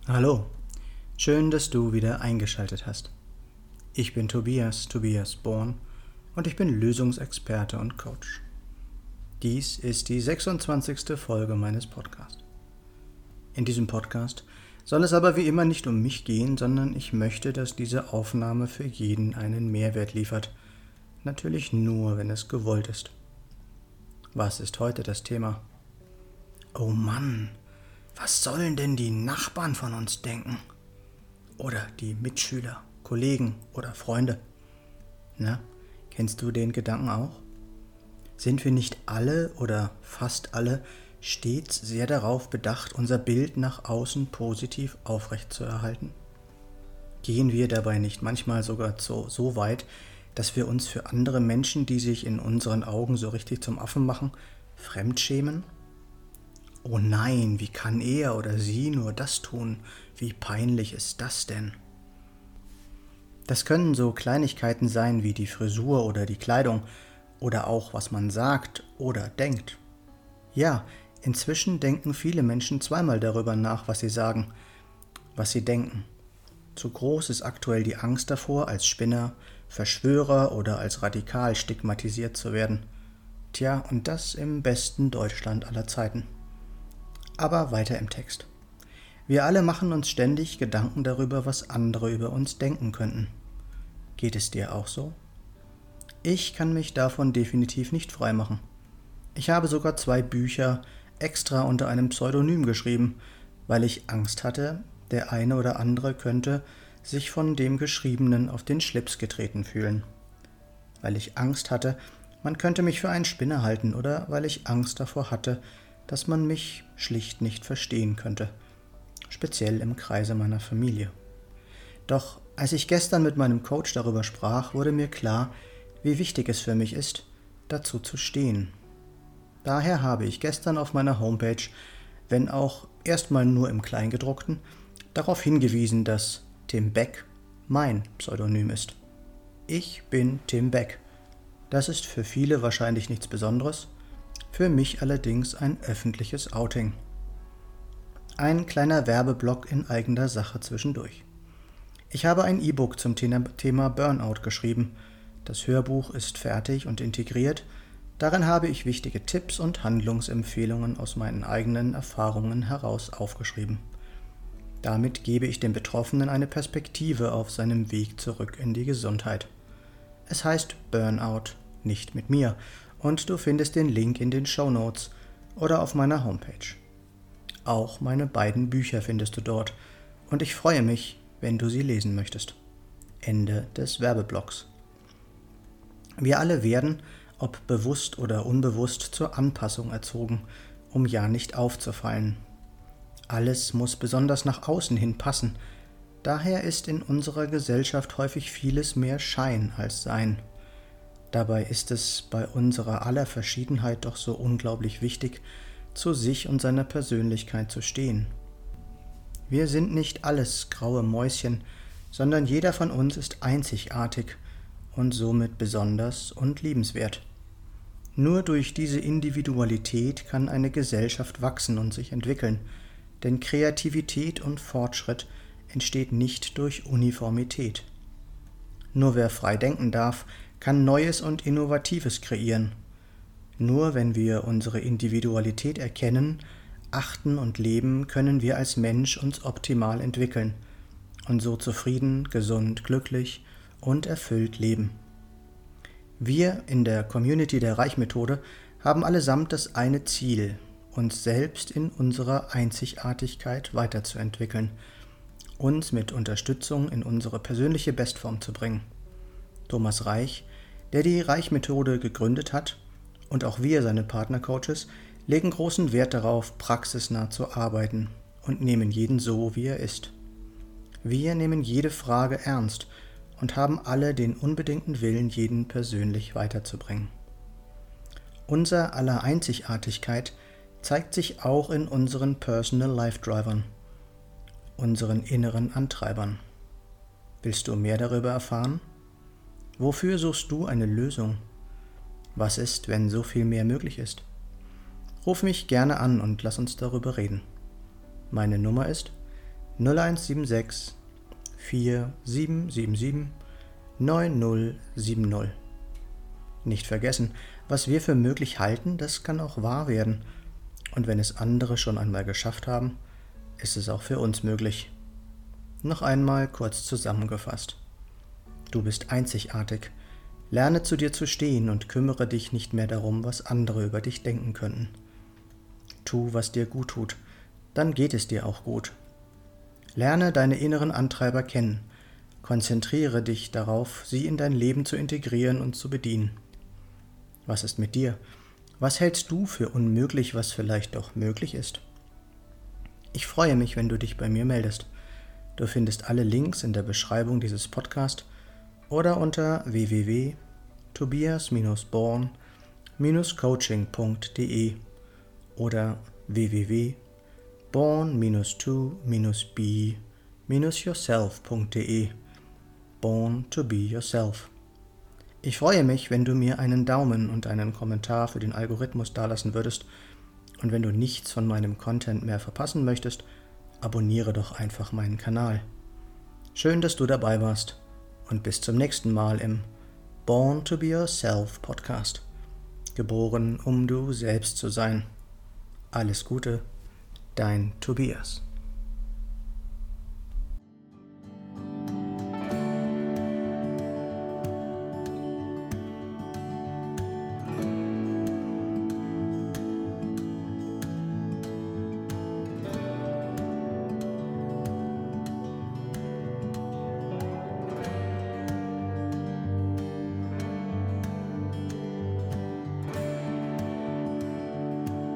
Hallo, schön, dass du wieder eingeschaltet hast. Ich bin Tobias Born und ich bin Lösungsexperte und Coach. Dies ist die 26. Folge meines Podcasts. In diesem Podcast soll es aber wie immer nicht um mich gehen, sondern ich möchte, dass diese Aufnahme für jeden einen Mehrwert liefert. Natürlich nur, wenn es gewollt ist. Was ist heute das Thema? Oh Mann, was sollen denn die Nachbarn von uns denken? Oder die Mitschüler, Kollegen oder Freunde? Na, kennst du den Gedanken auch? Sind wir nicht alle oder fast alle stets sehr darauf bedacht, unser Bild nach außen positiv aufrechtzuerhalten? Gehen wir dabei nicht manchmal sogar so weit, dass wir uns für andere Menschen, die sich in unseren Augen so richtig zum Affen machen, fremdschämen? Oh nein, wie kann er oder sie nur das tun? Wie peinlich ist das denn? Das können so Kleinigkeiten sein wie die Frisur oder die Kleidung oder auch was man sagt oder denkt. Ja, inzwischen denken viele Menschen zweimal darüber nach, was sie sagen, was sie denken. Zu groß ist aktuell die Angst davor, als Spinner, Verschwörer oder als radikal stigmatisiert zu werden. Tja, und das im besten Deutschland aller Zeiten. Aber weiter im Text. Wir alle machen uns ständig Gedanken darüber, was andere über uns denken könnten. Geht es dir auch so? Ich kann mich davon definitiv nicht freimachen. Ich habe sogar 2 Bücher extra unter einem Pseudonym geschrieben, weil ich Angst hatte, der eine oder andere könnte sich von dem Geschriebenen auf den Schlips getreten fühlen. Weil ich Angst hatte, man könnte mich für einen Spinner halten oder weil ich Angst davor hatte, dass man mich schlicht nicht verstehen könnte, speziell im Kreise meiner Familie. Doch als ich gestern mit meinem Coach darüber sprach, wurde mir klar, wie wichtig es für mich ist, dazu zu stehen. Daher habe ich gestern auf meiner Homepage, wenn auch erstmal nur im Kleingedruckten, darauf hingewiesen, dass Tim Beck mein Pseudonym ist. Ich bin Tim Beck. Das ist für viele wahrscheinlich nichts Besonderes, für mich allerdings ein öffentliches Outing. Ein kleiner Werbeblock in eigener Sache zwischendurch. Ich habe ein E-Book zum Thema Burnout geschrieben. Das Hörbuch ist fertig und integriert. Darin habe ich wichtige Tipps und Handlungsempfehlungen aus meinen eigenen Erfahrungen heraus aufgeschrieben. Damit gebe ich dem Betroffenen eine Perspektive auf seinem Weg zurück in die Gesundheit. Es heißt Burnout, nicht mit mir, und du findest den Link in den Shownotes oder auf meiner Homepage. Auch meine beiden Bücher findest du dort und ich freue mich, wenn du sie lesen möchtest. Ende des Werbeblocks. Wir alle werden, ob bewusst oder unbewusst, zur Anpassung erzogen, um ja nicht aufzufallen. Alles muss besonders nach außen hin passen. Daher ist in unserer Gesellschaft häufig vieles mehr Schein als Sein. Dabei ist es bei unserer aller Verschiedenheit doch so unglaublich wichtig, zu sich und seiner Persönlichkeit zu stehen. Wir sind nicht alles graue Mäuschen, sondern jeder von uns ist einzigartig und somit besonders und liebenswert. Nur durch diese Individualität kann eine Gesellschaft wachsen und sich entwickeln, denn Kreativität und Fortschritt entsteht nicht durch Uniformität. Nur wer frei denken darf, kann Neues und Innovatives kreieren. Nur wenn wir unsere Individualität erkennen, achten und leben, können wir als Mensch uns optimal entwickeln und so zufrieden, gesund, glücklich und erfüllt leben. Wir in der Community der Reich-Methode haben allesamt das eine Ziel, uns selbst in unserer Einzigartigkeit weiterzuentwickeln, uns mit Unterstützung in unsere persönliche Bestform zu bringen. Thomas Reich, der die Reich-Methode gegründet hat, und auch wir, seine Partnercoaches, legen großen Wert darauf, praxisnah zu arbeiten und nehmen jeden so, wie er ist. Wir nehmen jede Frage ernst und haben alle den unbedingten Willen, jeden persönlich weiterzubringen. Unser aller Einzigartigkeit zeigt sich auch in unseren Personal Life Drivern, unseren inneren Antreibern. Willst du mehr darüber erfahren? Wofür suchst du eine Lösung? Was ist, wenn so viel mehr möglich ist? Ruf mich gerne an und lass uns darüber reden. Meine Nummer ist 0176 4777 9070. Nicht vergessen, was wir für möglich halten, das kann auch wahr werden. Und wenn es andere schon einmal geschafft haben, ist es auch für uns möglich. Noch einmal kurz zusammengefasst. Du bist einzigartig. Lerne zu dir zu stehen und kümmere dich nicht mehr darum, was andere über dich denken könnten. Tu, was dir gut tut, dann geht es dir auch gut. Lerne deine inneren Antreiber kennen. Konzentriere dich darauf, sie in dein Leben zu integrieren und zu bedienen. Was ist mit dir? Was hältst du für unmöglich, was vielleicht doch möglich ist? Ich freue mich, wenn du dich bei mir meldest. Du findest alle Links in der Beschreibung dieses Podcasts oder unter www.tobias-born-coaching.de oder www.born-to-be-yourself.de. Born to be yourself. Ich freue mich, wenn du mir einen Daumen und einen Kommentar für den Algorithmus dalassen würdest, und wenn du nichts von meinem Content mehr verpassen möchtest, abonniere doch einfach meinen Kanal. Schön, dass du dabei warst, und bis zum nächsten Mal im Born to be Yourself Podcast. Geboren, um du selbst zu sein. Alles Gute, dein Tobias.